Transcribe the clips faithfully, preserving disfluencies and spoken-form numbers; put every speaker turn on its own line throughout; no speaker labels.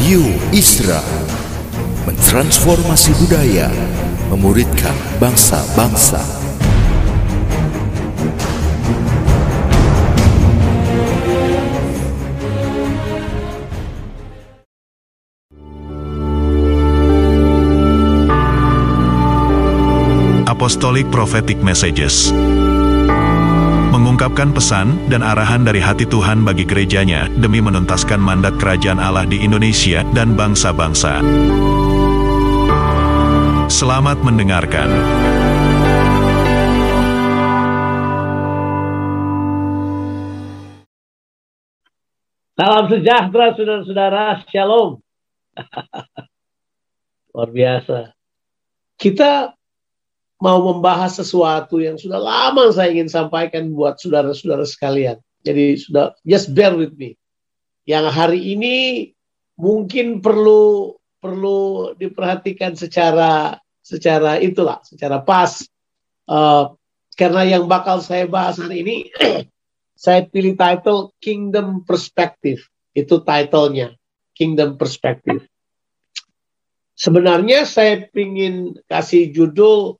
Radio Isra mentransformasi budaya, memuridkan bangsa-bangsa.
Apostolic Prophetic Messages mengungkapkan pesan dan arahan dari hati Tuhan bagi gerejanya demi menuntaskan mandat kerajaan Allah di Indonesia dan bangsa-bangsa. Selamat mendengarkan.
Salam sejahtera saudara-saudara, shalom. Luar biasa. Kita mau membahas sesuatu yang sudah lama saya ingin sampaikan buat saudara-saudara sekalian. Jadi sudah, just bear with me. Yang hari ini mungkin perlu perlu diperhatikan secara secara itulah, secara pas. Uh, karena yang bakal saya bahas hari ini, saya pilih title Kingdom Perspective. Itu titlenya, Kingdom Perspective. Sebenarnya saya ingin kasih judul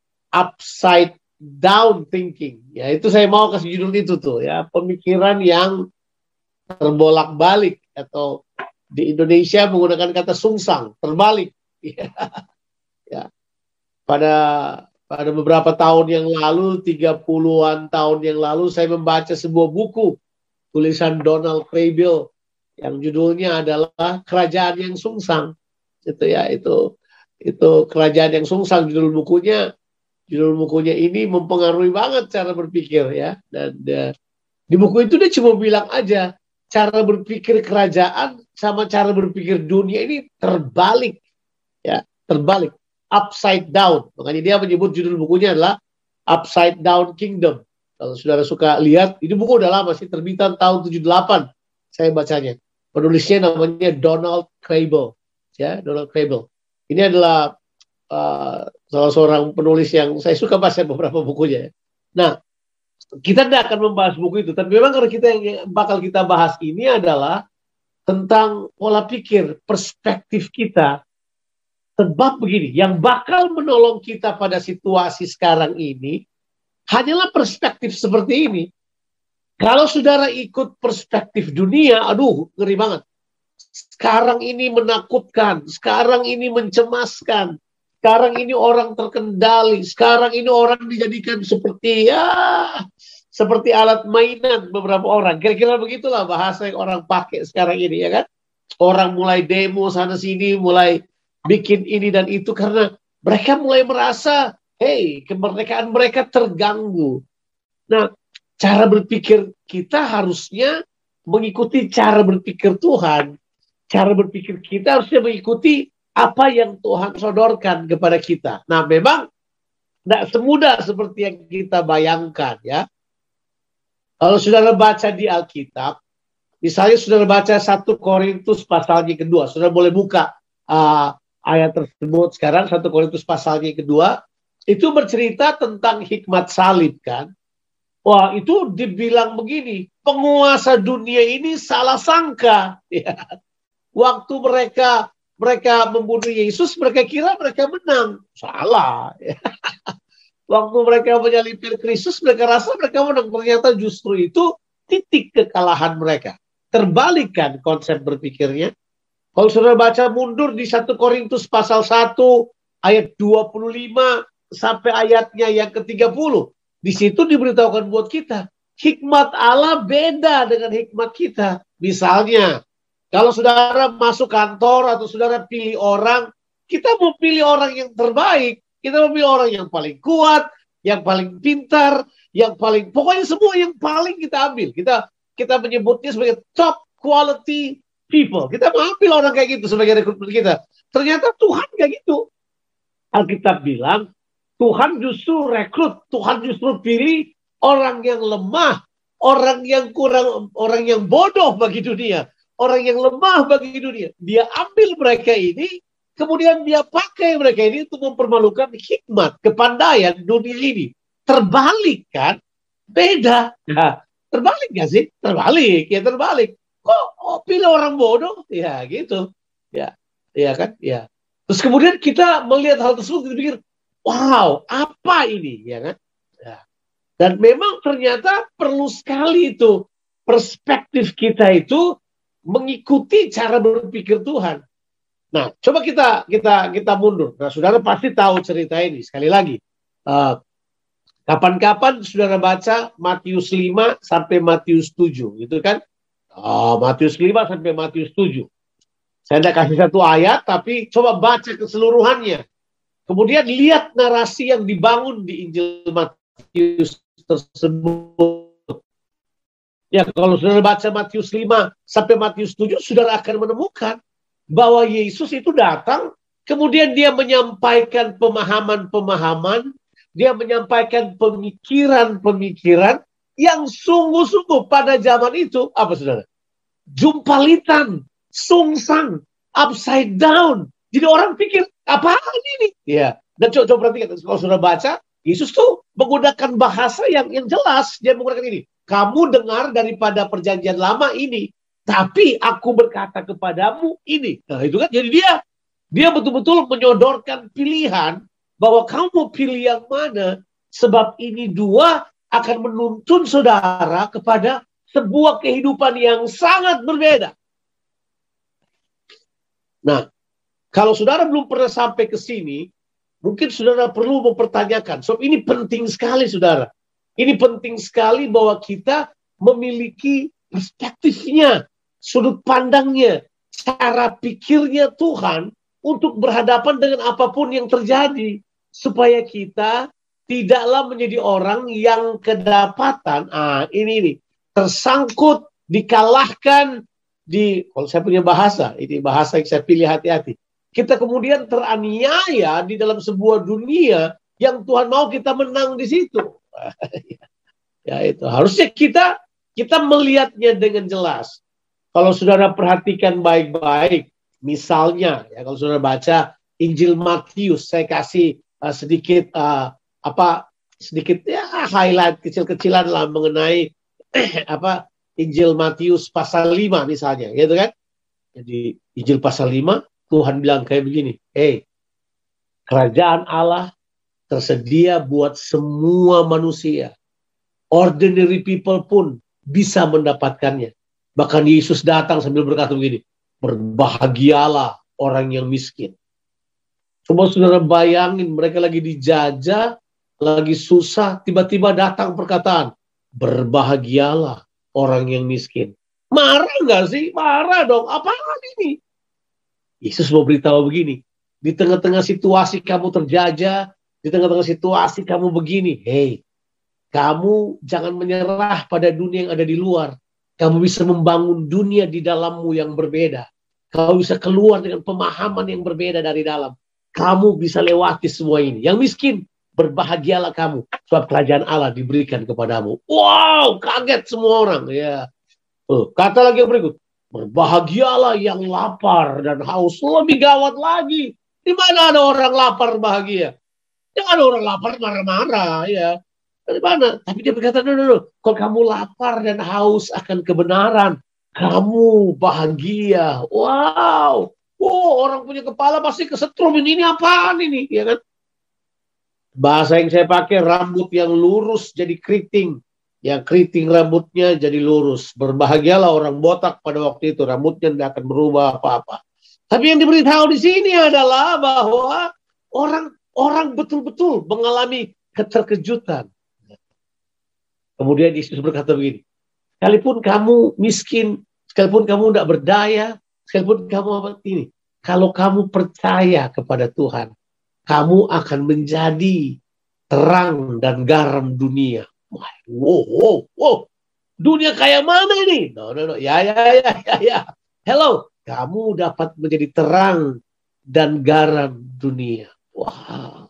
upside down thinking. Ya, itu saya mau kasih judul itu tuh ya, pemikiran yang terbolak-balik atau di Indonesia menggunakan kata sungsang, terbalik. Ya. Ya. Pada pada beberapa tahun yang lalu, tiga puluhan tahun yang lalu saya membaca sebuah buku tulisan Donald Kraybill yang judulnya adalah Kerajaan yang Sungsang. Itu ya, itu itu Kerajaan yang Sungsang judul bukunya. Judul bukunya ini mempengaruhi banget cara berpikir ya. Dan uh, di buku itu dia cuma bilang aja cara berpikir kerajaan sama cara berpikir dunia ini terbalik ya, terbalik, upside down. Makanya dia menyebut judul bukunya adalah Upside Down Kingdom. Kalau saudara suka lihat, ini buku udah lama sih, terbitan tahun tujuh puluh delapan saya bacanya. Penulisnya namanya Donald Kraybill ya, Donald Kraybill. Ini adalah Uh, salah seorang penulis yang saya suka baca beberapa bukunya. Nah, kita tidak akan membahas buku itu, tapi memang kalau kita yang bakal kita bahas ini adalah tentang pola pikir, perspektif kita. Sebab begini, yang bakal menolong kita pada situasi sekarang ini hanyalah perspektif seperti ini. Kalau saudara ikut perspektif dunia, aduh, ngeri banget. Sekarang ini menakutkan, sekarang ini mencemaskan. Sekarang ini orang terkendali. Sekarang ini orang dijadikan seperti ya, seperti alat mainan beberapa orang. Kira-kira begitulah bahasa yang orang pakai sekarang ini, ya kan? Orang mulai demo sana sini, mulai bikin ini dan itu karena mereka mulai merasa, hey, kemerdekaan mereka terganggu. Nah, cara berpikir kita harusnya mengikuti cara berpikir Tuhan. Cara berpikir kita harusnya mengikuti apa yang Tuhan sodorkan kepada kita. Nah, memang tidak semudah seperti yang kita bayangkan ya. Kalau saudara baca di Alkitab, misalnya saudara baca satu Korintus pasalnya kedua, saudara boleh buka uh, ayat tersebut sekarang, satu Korintus pasalnya kedua, itu bercerita tentang hikmat salib kan. Wah, itu dibilang begini, penguasa dunia ini salah sangka. Ya. Waktu mereka Mereka membunuh Yesus, mereka kira mereka menang. Salah. Waktu mereka menyalibkan Kristus, mereka rasa mereka menang. Ternyata justru itu titik kekalahan mereka. Terbalikkan konsep berpikirnya. Kalau saudara baca mundur di satu Korintus pasal satu, ayat dua puluh lima sampai ayatnya yang ke tiga puluh. Di situ diberitahukan buat kita. Hikmat Allah beda dengan hikmat kita. Misalnya, kalau saudara masuk kantor atau saudara pilih orang, kita mau pilih orang yang terbaik. Kita mau pilih orang yang paling kuat, yang paling pintar, yang paling, pokoknya semua yang paling kita ambil. Kita kita menyebutnya sebagai top quality people. Kita mau ambil orang kayak gitu sebagai rekrutmen kita. Ternyata Tuhan kayak gitu. Alkitab bilang, Tuhan justru rekrut, Tuhan justru pilih orang yang lemah, orang yang kurang, orang yang bodoh bagi dunia. Orang yang lemah bagi dunia. Dia ambil mereka ini, kemudian dia pakai mereka ini untuk mempermalukan hikmat, kepandaian dunia ini. Terbalik kan? Beda. Nah, terbalik gak sih? Terbalik. Ya terbalik. Kok oh, pilih orang bodoh? Ya gitu. Ya, ya kan? Ya. Terus kemudian kita melihat hal tersebut, kita pikir, wow, apa ini, ya kan? Ya. Dan memang ternyata perlu sekali itu perspektif kita itu mengikuti cara berpikir Tuhan. Nah, coba kita kita kita mundur. Nah, saudara pasti tahu cerita ini. Sekali lagi, uh, kapan-kapan saudara baca Matius lima sampai Matius tujuh, gitu kan? Uh, Matius lima sampai Matius tujuh. Saya tidak kasih satu ayat, tapi coba baca keseluruhannya. Kemudian lihat narasi yang dibangun di Injil Matius tersebut. Ya, kalau saudara baca Matius lima sampai Matius tujuh, saudara akan menemukan bahwa Yesus itu datang, kemudian dia menyampaikan pemahaman-pemahaman, dia menyampaikan pemikiran-pemikiran yang sungguh-sungguh pada zaman itu, apa saudara? Jumpalitan, sungsang, upside down. Jadi orang pikir, apaan ini? Ya, dan coba, coba perhatikan, kalau saudara baca, Yesus tuh menggunakan bahasa yang, yang jelas. Dia menggunakan ini. Kamu dengar daripada perjanjian lama ini, tapi aku berkata kepadamu ini. Nah, itu kan jadi dia dia betul-betul menyodorkan pilihan bahwa kamu pilih yang mana, sebab ini dua akan menuntun saudara kepada sebuah kehidupan yang sangat berbeda. Nah, kalau saudara belum pernah sampai ke sini, mungkin saudara perlu mempertanyakan. Sebab ini penting sekali, saudara. Ini penting sekali bahwa kita memiliki perspektifnya, sudut pandangnya, cara pikirnya Tuhan untuk berhadapan dengan apapun yang terjadi. Supaya kita tidaklah menjadi orang yang kedapatan, ah ini nih, tersangkut, dikalahkan, di, kalau saya punya bahasa, ini bahasa yang saya pilih hati-hati. Kita kemudian teraniaya di dalam sebuah dunia yang Tuhan mau kita menang di situ. Ya itu, harusnya kita kita melihatnya dengan jelas. Kalau saudara perhatikan baik-baik, misalnya, ya kalau saudara baca Injil Matius, saya kasih uh, sedikit uh, apa sedikit ya highlight kecil-kecilan lah mengenai apa Injil Matius pasal lima misalnya, gitu kan? Jadi Injil pasal lima, Tuhan bilang kayak begini, hey, kerajaan Allah tersedia buat semua manusia. Ordinary people pun bisa mendapatkannya. Bahkan Yesus datang sambil berkata begini, berbahagialah orang yang miskin. Coba saudara bayangin, mereka lagi dijajah, lagi susah, tiba-tiba datang perkataan, berbahagialah orang yang miskin. Marah nggak sih? Marah dong. Apaan ini? Yesus mau beritahu begini, di tengah-tengah situasi kamu terjajah, di tengah-tengah situasi kamu begini, hey, kamu jangan menyerah pada dunia yang ada di luar. Kamu bisa membangun dunia di dalammu yang berbeda. Kamu bisa keluar dengan pemahaman yang berbeda dari dalam. Kamu bisa lewati semua ini. Yang miskin, berbahagialah kamu, sebab kerajaan Allah diberikan kepadamu. Wow, kaget semua orang. Ya. Oh, kata lagi yang berikut, berbahagialah yang lapar dan haus. Lebih gawat lagi. Di mana ada orang lapar bahagia? Jangan ada orang lapar marah-marah. Ya. Dari mana? Tapi dia berkata, no, no, no. Kalau kamu lapar dan haus akan kebenaran, kamu bahagia. Wow. Wow, orang punya kepala pasti kesetrum. Ini, ini apaan ini? Ya kan? Bahasa yang saya pakai, rambut yang lurus jadi keriting. Yang keriting rambutnya jadi lurus. Berbahagialah orang botak pada waktu itu. Rambutnya tidak akan berubah apa-apa. Tapi yang diberitahu di sini adalah bahwa orang orang betul-betul mengalami keterkejutan. Kemudian Yesus berkata begini, sekalipun kamu miskin, sekalipun kamu tidak berdaya, sekalipun kamu apa ini, kalau kamu percaya kepada Tuhan, kamu akan menjadi terang dan garam dunia. Wow, wow, wow. Dunia kayak mana ini? No, no, no. Ya, ya, ya, ya, ya. Hello, kamu dapat menjadi terang dan garam dunia. Wow.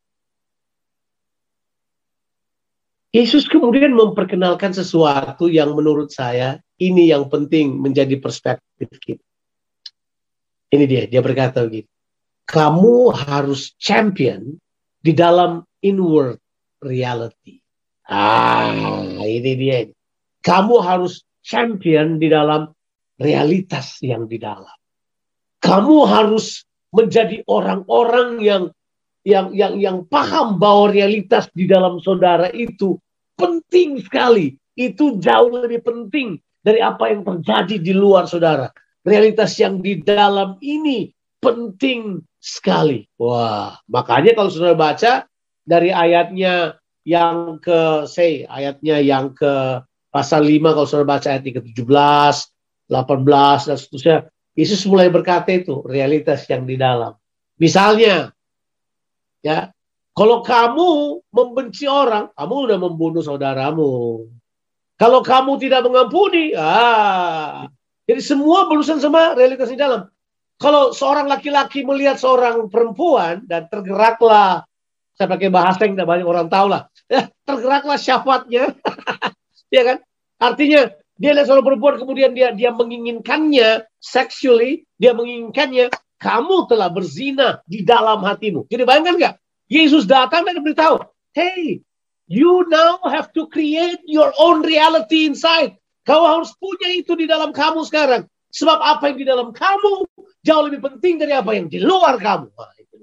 Yesus kemudian memperkenalkan sesuatu yang menurut saya ini yang penting menjadi perspektif kita. Ini dia, dia berkata begini. Kamu harus champion di dalam inward reality. Ah, ini dia. Kamu harus champion di dalam realitas yang di dalam. Kamu harus menjadi orang-orang yang yang yang yang paham bahwa realitas di dalam saudara itu penting sekali. Itu jauh lebih penting dari apa yang terjadi di luar saudara. Realitas yang di dalam ini penting sekali. Wah, makanya kalau saudara baca dari ayatnya yang ke, say, ayatnya yang ke pasal lima, kalau saudara baca ayat ke tujuh belas, delapan belas, dan seterusnya, Yesus mulai berkata itu, realitas yang di dalam. Misalnya, ya, kalau kamu membenci orang, kamu udah membunuh saudaramu. Kalau kamu tidak mengampuni, ah, jadi semua berurusan sama realitas di dalam. Kalau seorang laki-laki melihat seorang perempuan dan tergeraklah, saya pakai bahasa yang tidak banyak orang tahu lah, ya, tergeraklah syahwatnya, ya kan? Artinya dia lihat seorang perempuan kemudian dia dia menginginkannya sexually, dia menginginkannya, kamu telah berzina di dalam hatimu. Jadi bayangkan nggak? Yesus datang dan beritahu, hey, you now have to create your own reality inside. Kau harus punya itu di dalam kamu sekarang. Sebab apa yang di dalam kamu jauh lebih penting dari apa yang di luar kamu. Nah, itu.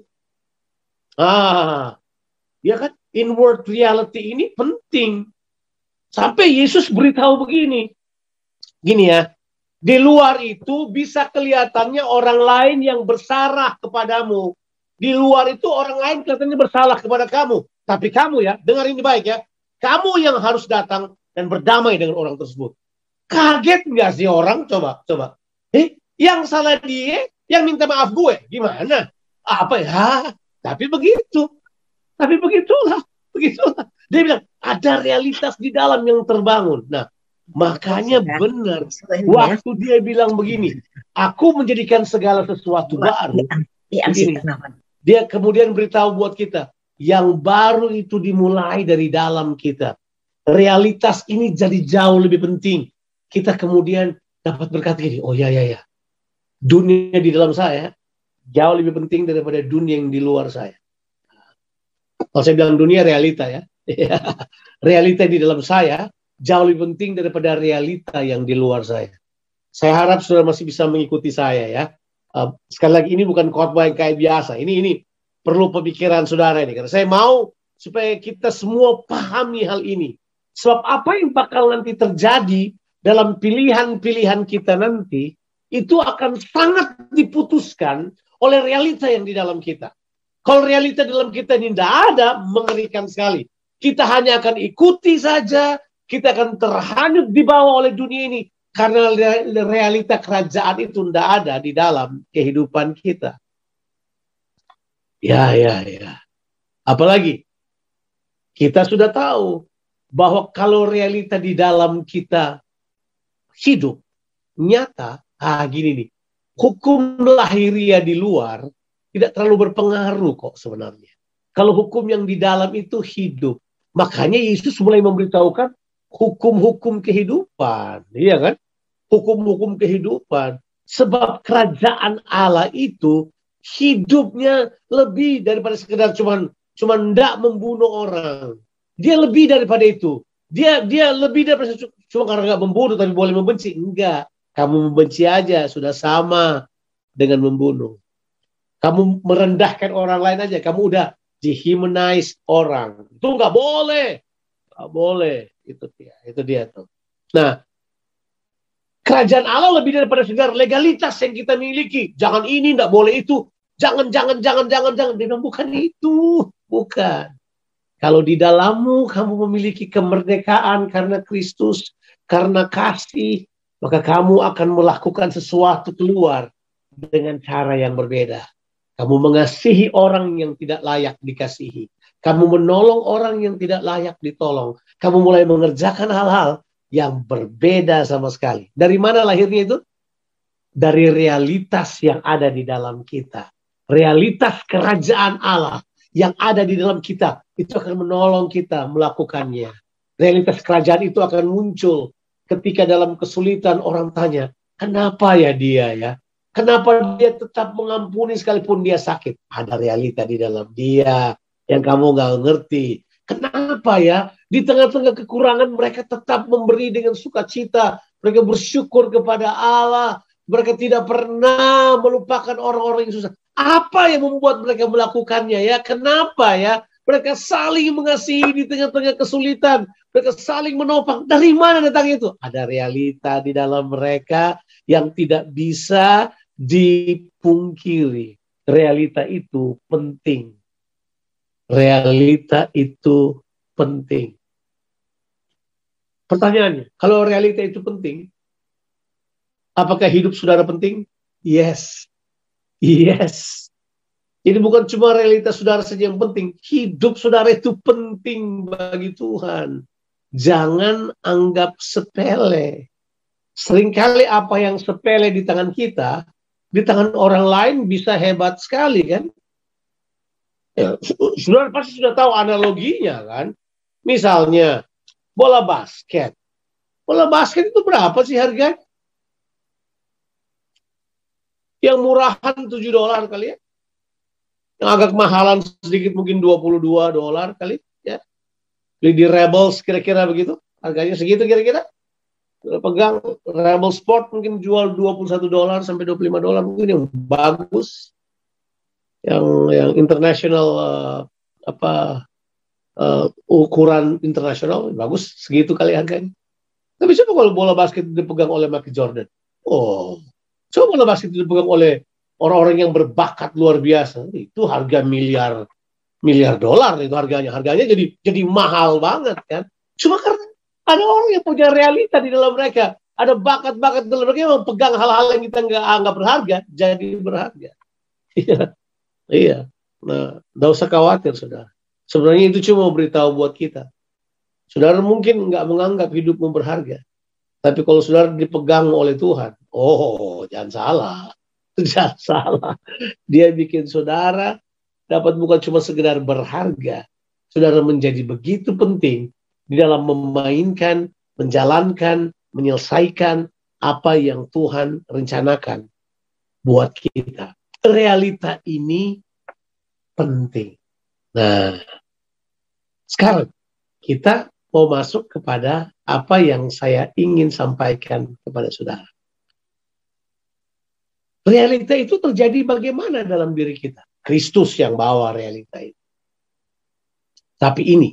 Ah, ya kan? Inward reality ini penting. Sampai Yesus beritahu begini. Gini ya, di luar itu bisa kelihatannya orang lain yang bersarah kepadamu. Di luar itu orang lain kelihatannya bersalah kepada kamu. Tapi kamu ya, dengar ini baik ya. Kamu yang harus datang dan berdamai dengan orang tersebut. Kaget nggak sih orang? Coba, coba. Eh, yang salah dia, yang minta maaf gue. Gimana? Apa ya? Tapi begitu. Tapi begitulah. Begitulah. Dia bilang, ada realitas di dalam yang terbangun. Nah, makanya benar. Waktu dia bilang begini, aku menjadikan segala sesuatu baru. Begini, dia kemudian beritahu buat kita, yang baru itu dimulai dari dalam kita. Realitas ini jadi jauh lebih penting. Kita kemudian dapat berkata gini, oh ya, ya, ya. Dunia di dalam saya jauh lebih penting daripada dunia yang di luar saya. Kalau saya bilang dunia, realita ya. Realita di dalam saya jauh lebih penting daripada realita yang di luar saya. Saya harap saudara masih bisa mengikuti saya ya. Uh, sekali lagi ini bukan khotbah yang kayak biasa. Ini ini perlu pemikiran saudara ini. Karena saya mau supaya kita semua pahami hal ini. Sebab apa yang bakal nanti terjadi dalam pilihan-pilihan kita nanti, itu akan sangat diputuskan oleh realita yang di dalam kita. Kalau realita di dalam kita ini tidak ada, mengerikan sekali. Kita hanya akan ikuti saja, kita akan terhanyut di bawah oleh dunia ini. Karena realita kerajaan itu tidak ada di dalam kehidupan kita. Ya, ya, ya. Apalagi, kita sudah tahu bahwa kalau realita di dalam kita hidup, nyata, ah gini nih, hukum lahiriah di luar tidak terlalu berpengaruh kok sebenarnya. Kalau hukum yang di dalam itu hidup. Makanya Yesus mulai memberitahukan hukum-hukum kehidupan. Iya kan? Hukum-hukum kehidupan. Sebab kerajaan Allah itu hidupnya lebih daripada sekedar cuman cuman ndak membunuh orang. Dia lebih daripada itu. Dia dia lebih daripada cuma karena nggak membunuh tapi boleh membenci. Enggak. Kamu membenci aja sudah sama dengan membunuh. Kamu merendahkan orang lain aja. Kamu udah dehumanize orang. Itu nggak boleh. Nggak boleh. Itu dia. Itu dia tuh. Nah, kerajaan Allah lebih daripada sekedar legalitas yang kita miliki. Jangan ini, nggak boleh itu. Jangan, jangan, jangan, jangan, jangan. Dia bilang, bukan itu. Bukan. Kalau di dalammu kamu memiliki kemerdekaan karena Kristus, karena kasih, maka kamu akan melakukan sesuatu keluar dengan cara yang berbeda. Kamu mengasihi orang yang tidak layak dikasihi. Kamu menolong orang yang tidak layak ditolong. Kamu mulai mengerjakan hal-hal yang berbeda sama sekali. Dari mana lahirnya itu? Dari realitas yang ada di dalam kita. Realitas kerajaan Allah yang ada di dalam kita. Itu akan menolong kita melakukannya. Realitas kerajaan itu akan muncul ketika dalam kesulitan orang tanya, kenapa ya dia ya? Kenapa dia tetap mengampuni sekalipun dia sakit? Ada realita di dalam dia yang kamu gak ngerti. Kenapa ya? Di tengah-tengah kekurangan mereka tetap memberi dengan sukacita. Mereka bersyukur kepada Allah. Mereka tidak pernah melupakan orang-orang yang susah. Apa yang membuat mereka melakukannya ya? Kenapa ya? Mereka saling mengasihi di tengah-tengah kesulitan. Mereka saling menopang. Dari mana datang itu? Ada realita di dalam mereka yang tidak bisa dipungkiri. Realita itu penting. Realita itu penting. Pertanyaannya, kalau realita itu penting, apakah hidup saudara penting? Yes. Yes. Jadi bukan cuma realitas saudara saja yang penting. Hidup saudara itu penting bagi Tuhan. Jangan anggap sepele. Seringkali apa yang sepele di tangan kita, di tangan orang lain bisa hebat sekali kan. Ya, saudara pasti sudah tahu analoginya kan. Misalnya, bola basket. Bola basket itu berapa sih harganya? Yang murahan tujuh dolar kali ya. Yang agak mahalan sedikit mungkin dua puluh dua dolar kali ya. Beli di Rebels kira-kira begitu. Harganya segitu kira-kira. Pegang Rebel Sport mungkin jual dua puluh satu dolar sampai dua puluh lima dolar mungkin yang bagus. Yang yang internasional uh, apa uh, ukuran internasional bagus segitu kali harganya. Tapi coba kalau bola basket dipegang oleh Michael Jordan. Oh, coba bola basket dipegang oleh orang-orang yang berbakat luar biasa, itu harga miliar miliar dolar itu harganya. Harganya jadi jadi mahal banget kan. Cuma karena ada orang yang punya realita di dalam mereka, ada bakat-bakat di dalam mereka yang memegang hal-hal yang kita nggak anggap berharga, jadi berharga. Iya, iya. Nah, nggak usah khawatir, saudara. Sebenarnya itu cuma beritahu buat kita. Saudara mungkin nggak menganggap hidupmu berharga, tapi kalau saudara dipegang oleh Tuhan, oh, jangan salah. Jangan salah. Dia bikin saudara dapat bukan cuma sekedar berharga. Saudara menjadi begitu penting di dalam memainkan, menjalankan, menyelesaikan apa yang Tuhan rencanakan buat kita. Realita ini penting. Nah, sekarang kita mau masuk kepada apa yang saya ingin sampaikan kepada saudara. Realita itu terjadi bagaimana dalam diri kita? Kristus yang bawa realita itu. Tapi ini,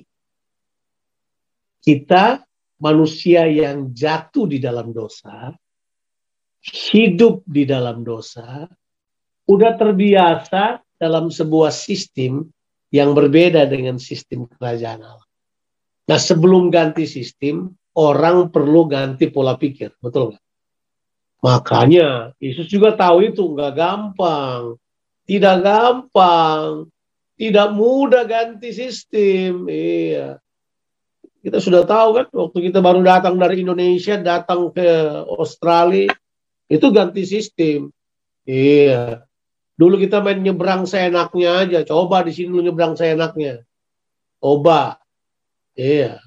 kita manusia yang jatuh di dalam dosa, hidup di dalam dosa, udah terbiasa dalam sebuah sistem yang berbeda dengan sistem kerajaan Allah. Nah, sebelum ganti sistem, orang perlu ganti pola pikir, betul nggak? Makanya Yesus juga tahu itu nggak gampang, tidak gampang, tidak mudah ganti sistem. Iya, kita sudah tahu kan, waktu kita baru datang dari Indonesia, datang ke Australia, itu ganti sistem. Iya, dulu kita main nyebrang seenaknya aja. Coba di sini lu nyebrang seenaknya. Coba, iya,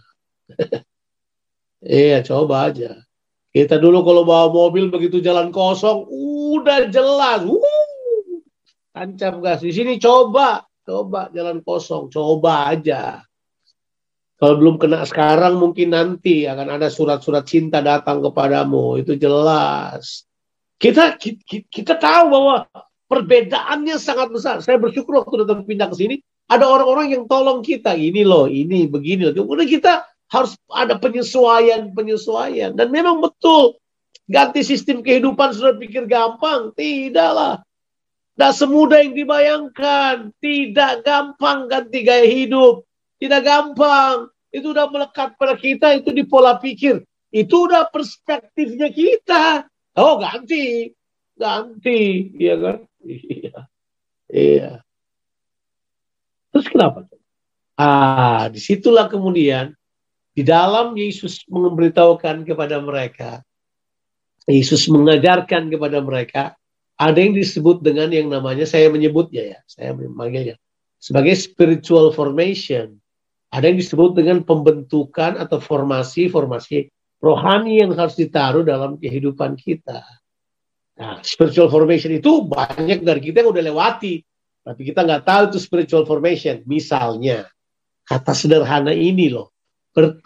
iya, coba aja. Kita dulu kalau bawa mobil begitu jalan kosong, udah jelas, uh, tancap gas. Di sini coba, coba jalan kosong, coba aja. Kalau belum kena sekarang, mungkin nanti akan ada surat-surat cinta datang kepadamu. Itu jelas. Kita, kita kita tahu bahwa perbedaannya sangat besar. Saya bersyukur waktu datang pindah ke sini, ada orang-orang yang tolong kita. Ini loh, ini begini loh. Kemudian kita harus ada penyesuaian-penyesuaian. Dan memang betul, ganti sistem kehidupan sudah pikir gampang. Tidaklah. Tidak semudah yang dibayangkan. Tidak gampang ganti gaya hidup. Tidak gampang. Itu udah melekat pada kita, itu di pola pikir. Itu udah perspektifnya kita. Oh, ganti. Ganti. Iya kan? Iya. Iya. Terus kenapa? Ah, disitulah kemudian di dalam Yesus memberitahukan kepada mereka, Yesus mengajarkan kepada mereka, ada yang disebut dengan yang namanya, saya menyebutnya ya, saya memanggilnya sebagai spiritual formation. Ada yang disebut dengan pembentukan atau formasi-formasi rohani yang harus ditaruh dalam kehidupan kita. Nah, spiritual formation itu banyak dari kita yang udah lewati, tapi kita nggak tahu itu spiritual formation. Misalnya, kata sederhana ini loh,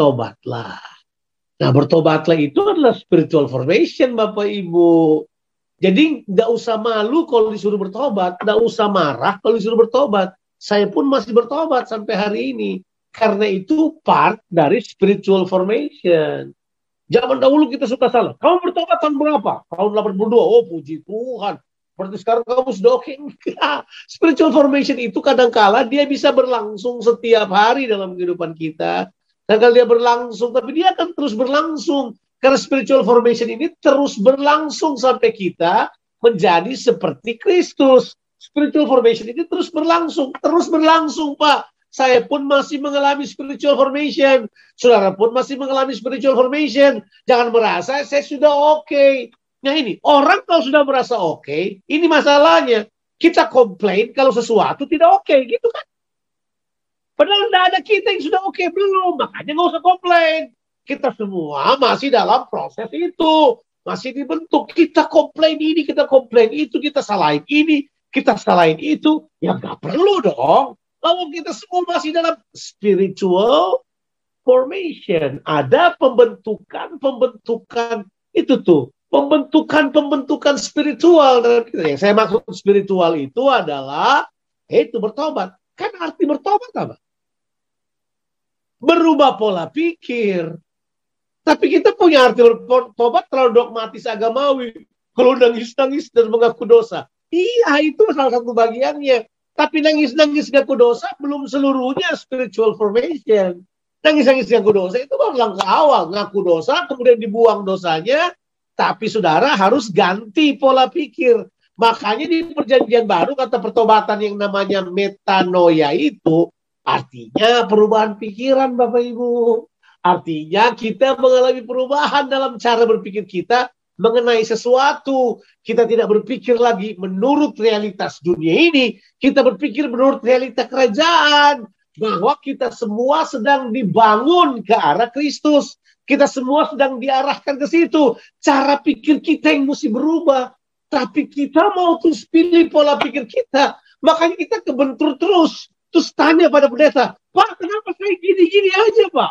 bertobatlah. Nah, bertobatlah itu adalah spiritual formation, Bapak Ibu. Jadi nggak usah malu kalau disuruh bertobat, nggak usah marah kalau disuruh bertobat. Saya pun masih bertobat sampai hari ini. Karena itu part dari spiritual formation. Zaman dahulu kita suka salah. Kamu bertobat tahun berapa? Tahun delapan puluh dua. Oh, puji Tuhan. Berarti sekarang kamu sudah oke. Enggak. Spiritual formation itu kadangkala dia bisa berlangsung setiap hari dalam kehidupan kita. Dan kalau dia berlangsung, tapi dia akan terus berlangsung. Karena spiritual formation ini terus berlangsung sampai kita menjadi seperti Kristus. Spiritual formation ini terus berlangsung. Terus berlangsung, Pak. Saya pun masih mengalami spiritual formation. Saudara pun masih mengalami spiritual formation. Jangan merasa saya sudah oke. Okay. Nah ini, orang kalau sudah merasa oke, okay, ini masalahnya. Kita komplain kalau sesuatu tidak oke, okay, gitu kan. Padahal tidak ada kita yang sudah oke, okay, belum. Makanya nggak usah komplain. Kita semua masih dalam proses itu. Masih dibentuk. Kita komplain ini, kita komplain itu, kita salahin ini, kita salahin itu. Ya nggak perlu dong. Kalau kita semua masih dalam spiritual formation. Ada pembentukan-pembentukan itu tuh. Pembentukan-pembentukan spiritual dalam kita. Yang saya maksud spiritual itu adalah itu bertobat. Kan arti bertobat apa? Berubah pola pikir. Tapi kita punya arti bertobat terlalu dogmatis agamawi. Kalau nangis-nangis dan mengaku dosa. Iya, itu salah satu bagiannya. Tapi nangis-nangis ngaku dosa belum seluruhnya spiritual formation. Nangis-nangis ngaku dosa itu baru langkah awal. Ngaku dosa, kemudian dibuang dosanya. Tapi saudara harus ganti pola pikir. Makanya di perjanjian baru kata pertobatan yang namanya metanoia itu artinya perubahan pikiran Bapak Ibu. Artinya kita mengalami perubahan dalam cara berpikir kita mengenai sesuatu. Kita tidak berpikir lagi menurut realitas dunia ini. Kita berpikir menurut realitas kerajaan. Bahwa kita semua sedang dibangun ke arah Kristus. Kita semua sedang diarahkan ke situ. Cara pikir kita yang mesti berubah. Tapi kita mau terus pilih pola pikir kita. Makanya kita kebentur terus. Terus tanya pada pendeta, Pak, kenapa saya gini-gini aja, Pak?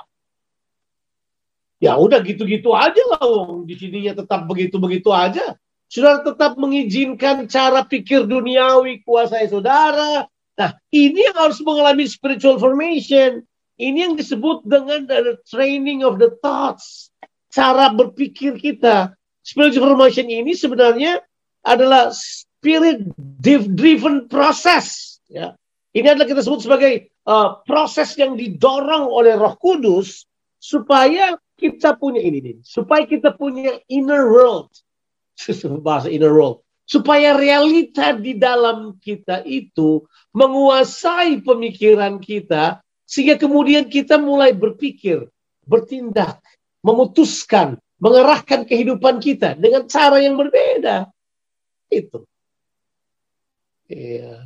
Ya udah gitu-gitu aja lah, Wong. Di sininya tetap begitu-begitu aja. Saudara tetap mengizinkan cara pikir duniawi kuasai saudara. Nah, ini yang harus mengalami spiritual formation. Ini yang disebut dengan the training of the thoughts. Cara berpikir kita. Spiritual formation ini sebenarnya adalah spirit-driven process. Ya. Ini adalah kita sebut sebagai uh, proses yang didorong oleh Roh Kudus supaya kita punya ini, ini, supaya kita punya inner world, bahasa inner world, supaya realita di dalam kita itu menguasai pemikiran kita, sehingga kemudian kita mulai berpikir, bertindak, memutuskan, mengarahkan kehidupan kita dengan cara yang berbeda. Itu. Iya.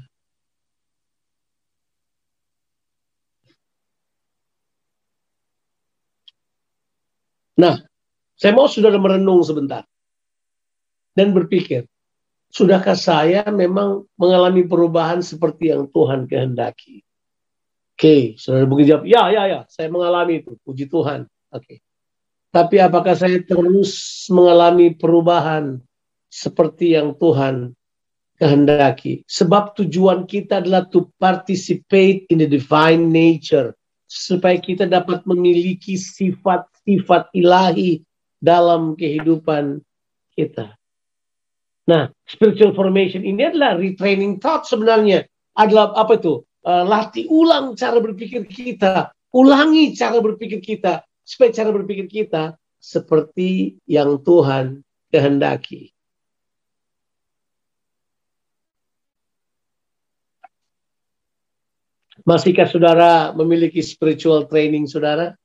Nah, saya mau saudara merenung sebentar dan berpikir, sudahkah saya memang mengalami perubahan seperti yang Tuhan kehendaki? Oke, saudara mungkin jawab, ya, ya, ya, saya mengalami itu, puji Tuhan. Oke. Tapi apakah saya terus mengalami perubahan seperti yang Tuhan kehendaki? Sebab tujuan kita adalah to participate in the divine nature. Supaya kita dapat memiliki sifat-sifat ilahi dalam kehidupan kita. Nah, spiritual formation ini adalah retraining thought sebenarnya. Adalah apa itu? Uh, latih ulang cara berpikir kita. Ulangi cara berpikir kita. Supaya cara berpikir kita seperti yang Tuhan kehendaki. Masihkah saudara memiliki spiritual training saudara?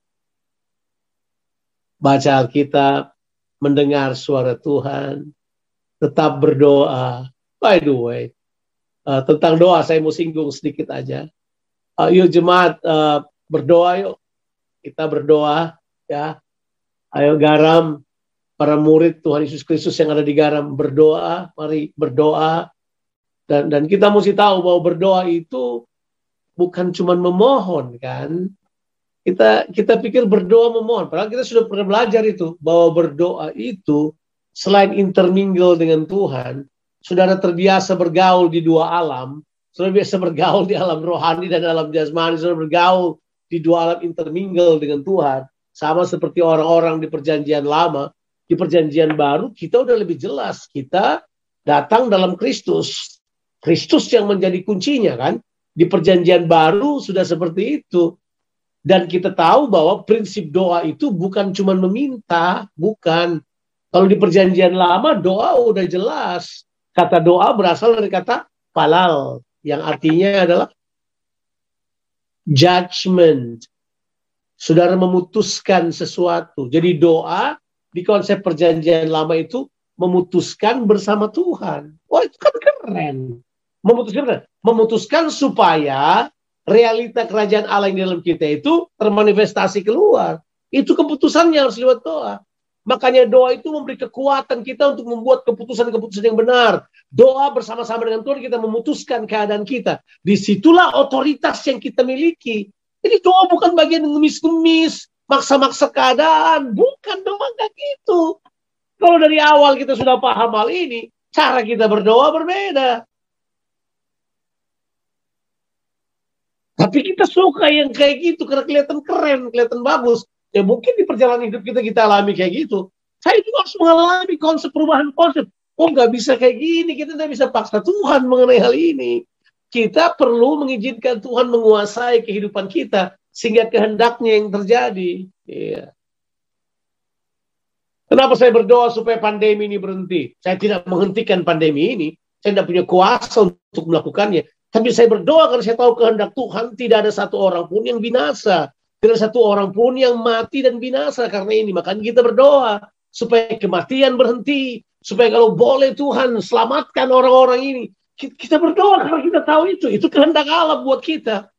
Baca Alkitab, mendengar suara Tuhan, tetap berdoa. By the way, uh, tentang doa saya mau singgung sedikit aja. Uh, yuk jemaat uh, berdoa yuk. Kita berdoa ya. Ayo Garam, para murid Tuhan Yesus Kristus yang ada di Garam berdoa. Mari berdoa. Dan, dan kita mesti tahu bahwa berdoa itu bukan cuma memohon kan. Kita kita pikir berdoa memohon. Padahal kita sudah pernah belajar itu. Bahwa berdoa itu selain intermingle dengan Tuhan, saudara terbiasa bergaul di dua alam, saudara biasa bergaul di alam rohani dan alam jasmani, saudara bergaul di dua alam intermingle dengan Tuhan, sama seperti orang-orang di perjanjian lama. Di perjanjian baru kita udah lebih jelas, kita datang dalam Kristus. Kristus yang menjadi kuncinya kan. Di perjanjian baru sudah seperti itu. Dan kita tahu bahwa prinsip doa itu bukan cuma meminta, bukan. Kalau di perjanjian lama doa udah jelas. Kata doa berasal dari kata palal, yang artinya adalah judgment. Saudara memutuskan sesuatu. Jadi doa di konsep perjanjian lama itu memutuskan bersama Tuhan. Wah, itu kan keren. Memutuskan, memutuskan supaya realita kerajaan Allah yang di dalam kita itu termanifestasi keluar. Itu keputusannya harus lewat doa. Makanya doa itu memberi kekuatan kita untuk membuat keputusan-keputusan yang benar. Doa bersama-sama dengan Tuhan kita memutuskan keadaan kita. Disitulah otoritas yang kita miliki. Jadi doa bukan bagian ngemis-ngemis, maksa-maksa keadaan. Bukan, doa nggak gitu. Kalau dari awal kita sudah paham hal ini, cara kita berdoa berbeda. Tapi kita suka yang kayak gitu karena kelihatan keren, kelihatan bagus. Ya mungkin di perjalanan hidup kita kita alami kayak gitu. Saya juga harus mengalami konsep perubahan konsep. Oh nggak bisa kayak gini, kita nggak bisa paksa Tuhan mengenai hal ini. Kita perlu mengizinkan Tuhan menguasai kehidupan kita sehingga kehendaknya yang terjadi. Iya. Kenapa saya berdoa supaya pandemi ini berhenti? Saya tidak menghentikan pandemi ini. Saya tidak punya kuasa untuk melakukannya. Tapi saya berdoa karena saya tahu kehendak Tuhan, tidak ada satu orang pun yang binasa. Tidak ada satu orang pun yang mati dan binasa karena ini. Makanya kita berdoa supaya kematian berhenti. Supaya kalau boleh Tuhan selamatkan orang-orang ini. Kita berdoa karena kita tahu itu. Itu kehendak Allah buat kita.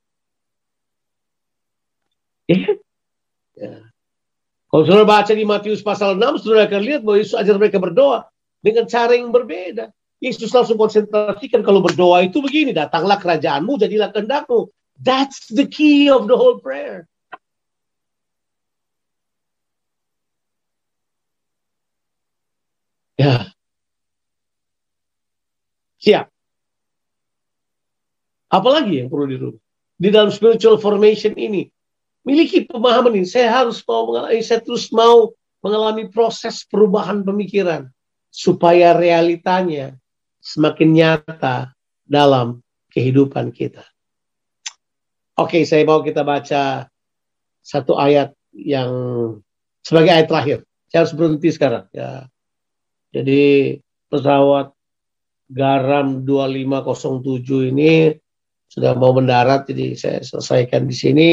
Ya. Ya. Kalau saudara baca di Matius pasal enam, saudara akan lihat bahwa Yesus ajar mereka berdoa dengan cara yang berbeda. Yesus langsung konsentrasikan kalau berdoa itu begini, datanglah kerajaanmu, jadilah kehendakmu. That's the key of the whole prayer. Ya. Siap. Apalagi yang perlu dirubah? Di dalam spiritual formation ini, miliki pemahaman ini. Saya harus mau mengalami, saya terus mau mengalami proses perubahan pemikiran supaya realitanya semakin nyata dalam kehidupan kita. Oke, saya mau kita baca satu ayat yang sebagai ayat terakhir. Saya harus berhenti sekarang. Ya. Jadi pesawat Garam dua lima nol tujuh ini sudah mau mendarat, jadi saya selesaikan di sini.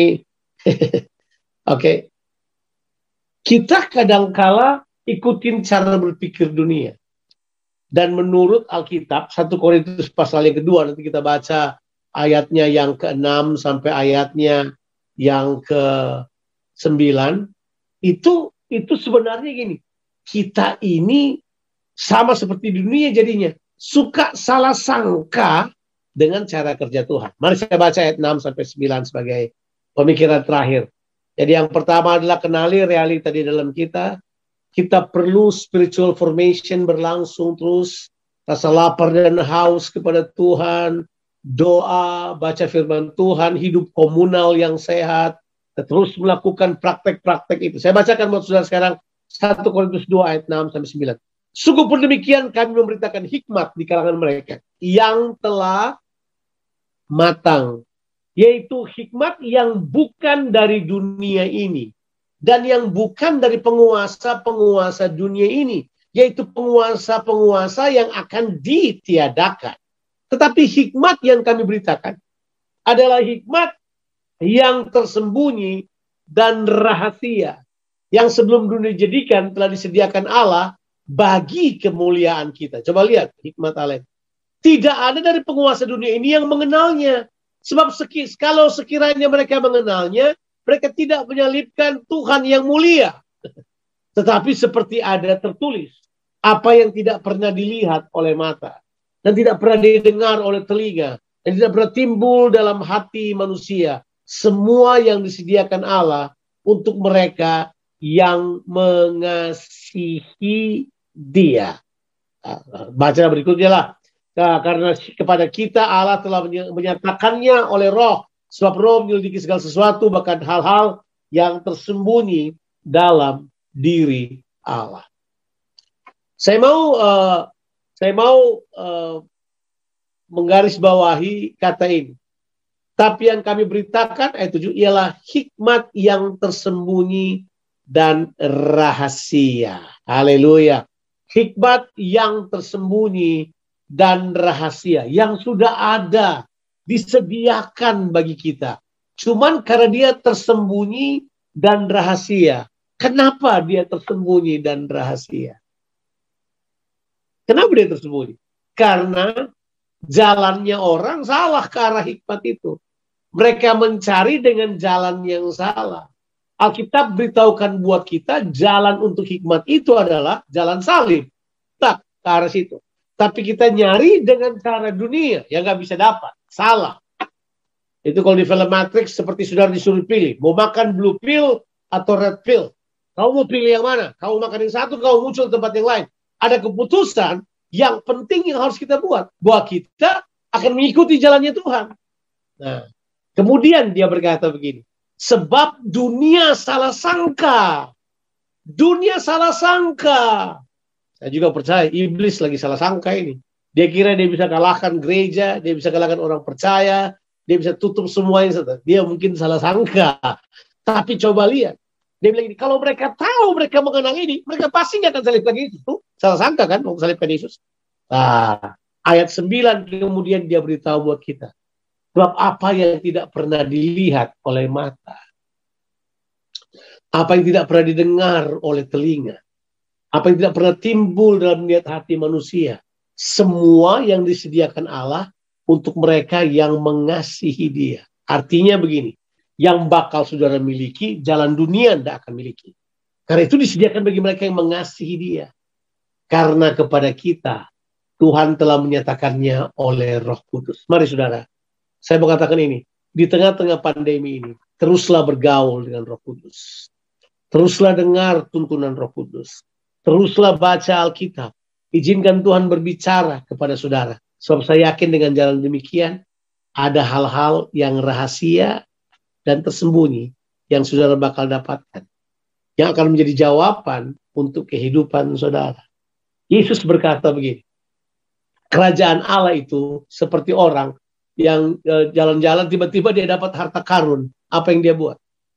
Oke. Kita kadangkala ikutin cara berpikir dunia. Dan menurut Alkitab, satu Korintus pasal yang kedua, nanti kita baca ayatnya yang keenam sampai ayatnya yang ke sembilan, itu itu sebenarnya gini, kita ini sama seperti dunia jadinya, suka salah sangka dengan cara kerja Tuhan. Mari saya baca ayat enam sampai sembilan sebagai pemikiran terakhir. Jadi yang pertama adalah kenali realita di dalam kita. Kita perlu spiritual formation berlangsung terus. Rasa lapar dan haus kepada Tuhan. Doa, baca firman Tuhan, hidup komunal yang sehat. Terus melakukan praktek-praktek itu. Saya bacakan buat saudara sekarang satu Korintus dua ayat enam sampai sembilan. Sungguh pun demikian kami memberitakan hikmat di kalangan mereka yang telah matang. Yaitu hikmat yang bukan dari dunia ini. Dan yang bukan dari penguasa-penguasa dunia ini. Yaitu penguasa-penguasa yang akan ditiadakan. Tetapi hikmat yang kami beritakan adalah hikmat yang tersembunyi dan rahasia. Yang sebelum dunia dijadikan telah disediakan Allah bagi kemuliaan kita. Coba lihat hikmat Allah. Tidak ada dari penguasa dunia ini yang mengenalnya. Sebab seki, kalau sekiranya mereka mengenalnya, mereka tidak menyalibkan Tuhan yang mulia. Tetapi seperti ada tertulis, apa yang tidak pernah dilihat oleh mata, dan tidak pernah didengar oleh telinga, dan tidak pernah timbul dalam hati manusia, semua yang disediakan Allah untuk mereka yang mengasihi Dia. Baca berikutnya lah. Nah, karena kepada kita Allah telah menyatakannya oleh Roh, sebab Roh menyelidiki segala sesuatu, bahkan hal-hal yang tersembunyi dalam diri Allah. Saya mau uh, saya mau uh, menggarisbawahi kata ini. Tapi yang kami beritakan ayat tujuh ialah hikmat yang tersembunyi dan rahasia. Haleluya. Hikmat yang tersembunyi dan rahasia yang sudah ada, disediakan bagi kita. Cuman karena dia tersembunyi dan rahasia. Kenapa dia tersembunyi dan rahasia? Kenapa dia tersembunyi? Karena jalannya orang salah ke arah hikmat itu. Mereka mencari dengan jalan yang salah. Alkitab beritahukan buat kita jalan untuk hikmat itu adalah jalan salib. Tak ke arah situ. Tapi kita nyari dengan cara dunia yang gak bisa dapat. Salah. Itu kalau di film Matrix seperti sudah disuruh pilih. Mau makan blue pill atau red pill. Kamu mau pilih yang mana? Kamu makan yang satu, kamu muncul di tempat yang lain. Ada keputusan yang penting yang harus kita buat. Bahwa kita akan mengikuti jalannya Tuhan. Nah, kemudian dia berkata begini. Sebab dunia salah sangka. Dunia salah sangka. Saya juga percaya iblis lagi salah sangka ini. Dia kira dia bisa kalahkan gereja, dia bisa kalahkan orang percaya, dia bisa tutup semuanya. Dia mungkin salah sangka. Tapi coba lihat. Dia bilang ini, kalau mereka tahu mereka mengenang ini, mereka pasti nggak akan salibkan Yesus. Tuh, salah sangka kan mau salibkan Yesus. Nah, ayat sembilan kemudian dia beritahu buat kita. Sebab apa yang tidak pernah dilihat oleh mata. Apa yang tidak pernah didengar oleh telinga. Apa yang tidak pernah timbul dalam niat hati manusia. Semua yang disediakan Allah untuk mereka yang mengasihi dia. Artinya begini. Yang bakal saudara miliki, jalan dunia tidak akan miliki. Karena itu disediakan bagi mereka yang mengasihi dia. Karena kepada kita, Tuhan telah menyatakannya oleh Roh Kudus. Mari saudara. Saya mau katakan ini, di tengah-tengah pandemi ini, teruslah bergaul dengan Roh Kudus. Teruslah dengar tuntunan Roh Kudus. Teruslah baca Alkitab. Izinkan Tuhan berbicara kepada saudara. Sebab saya yakin dengan jalan demikian, ada hal-hal yang rahasia dan tersembunyi yang saudara bakal dapatkan. Yang akan menjadi jawaban untuk kehidupan saudara. Yesus berkata begini, kerajaan Allah itu seperti orang yang jalan-jalan tiba-tiba dia dapat harta karun. Apa yang dia buat?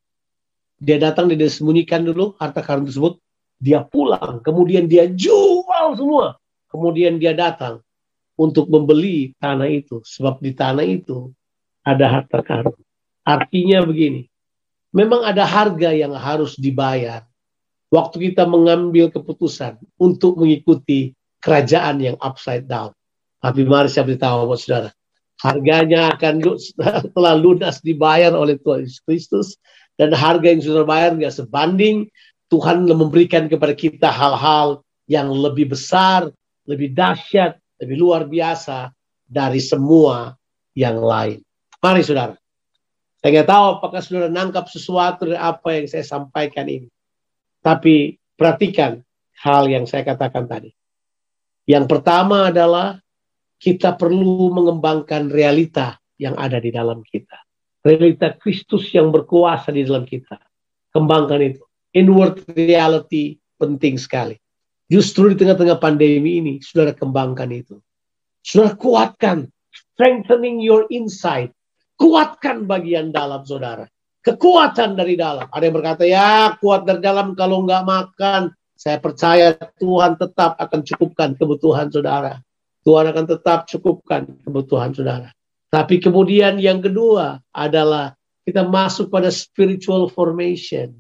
Dia datang, dia sembunyikan dulu harta karun tersebut. Dia pulang, kemudian dia jual semua. Kemudian dia datang untuk membeli tanah itu. Sebab di tanah itu ada harta karun. Artinya begini, memang ada harga yang harus dibayar. Waktu kita mengambil keputusan untuk mengikuti kerajaan yang upside down. Tapi mari saya beritahu buat saudara. Harganya akan telah lunas dibayar oleh Tuhan Yesus Kristus. Dan harga yang sudah bayar nggak sebanding. Tuhan memberikan kepada kita hal-hal yang lebih besar, lebih dahsyat, lebih luar biasa dari semua yang lain. Mari saudara. Saya nggak tahu apakah saudara nangkap sesuatu dari apa yang saya sampaikan ini. Tapi perhatikan hal yang saya katakan tadi. Yang pertama adalah kita perlu mengembangkan realita yang ada di dalam kita. Realita Kristus yang berkuasa di dalam kita. Kembangkan itu. Inward reality penting sekali. Justru di tengah-tengah pandemi ini, saudara kembangkan itu. Saudara kuatkan. Strengthening your inside. Kuatkan bagian dalam saudara. Kekuatan dari dalam. Ada yang berkata, ya kuat dari dalam kalau nggak makan. Saya percaya Tuhan tetap akan cukupkan kebutuhan saudara. Tuhan akan tetap cukupkan kebutuhan saudara. Tapi kemudian yang kedua adalah kita masuk pada spiritual formation.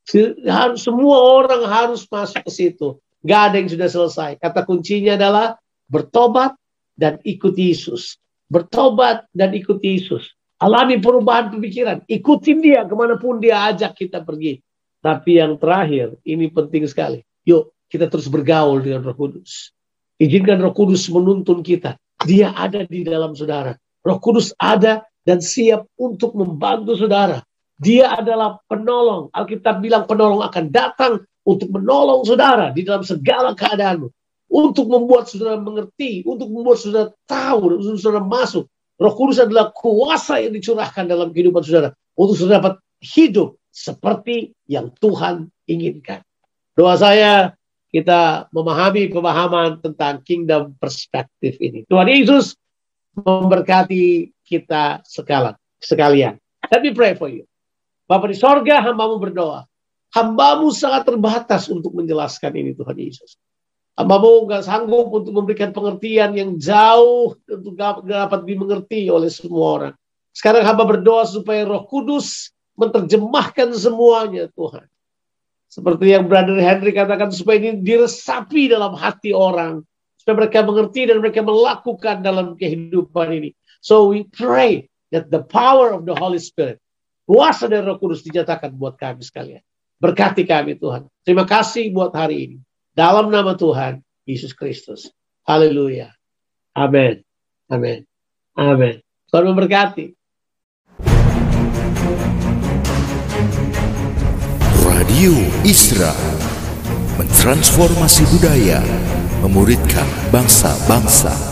Semua orang harus masuk ke situ. Gak ada yang sudah selesai. Kata kuncinya adalah bertobat dan ikuti Yesus. Bertobat dan ikuti Yesus. Alami perubahan pemikiran. Ikutin dia kemanapun dia ajak kita pergi. Tapi yang terakhir, ini penting sekali. Yuk kita terus bergaul dengan Roh Kudus. Izinkan Roh Kudus menuntun kita. Dia ada di dalam saudara. Roh Kudus ada dan siap untuk membantu saudara. Dia adalah penolong. Alkitab bilang penolong akan datang untuk menolong saudara di dalam segala keadaanmu, untuk membuat saudara mengerti, untuk membuat saudara tahu, untuk saudara masuk. Roh Kudus adalah kuasa yang dicurahkan dalam kehidupan saudara untuk saudara dapat hidup seperti yang Tuhan inginkan. Doa saya, kita memahami pemahaman tentang kingdom perspektif ini. Tuhan Yesus memberkati kita sekalian. sekalian. Let me pray for you. Bapa di sorga, hambamu berdoa. Hambamu sangat terbatas untuk menjelaskan ini, Tuhan Yesus. Hambamu nggak sanggup untuk memberikan pengertian yang jauh untuk dapat dimengerti oleh semua orang. Sekarang hamba berdoa supaya Roh Kudus menerjemahkan semuanya, Tuhan. Seperti yang Brother Henry katakan, supaya ini diresapi dalam hati orang. Supaya mereka mengerti dan mereka melakukan dalam kehidupan ini. So we pray that the power of the Holy Spirit, kuasa dari Roh Kudus dinyatakan buat kami sekalian. Berkati kami, Tuhan. Terima kasih buat hari ini. Dalam nama Tuhan Yesus Kristus. Haleluya. Amin. Amin. Amin. Tuhan memberkati.
Radio Isra, mentransformasi budaya, memuridkan bangsa-bangsa.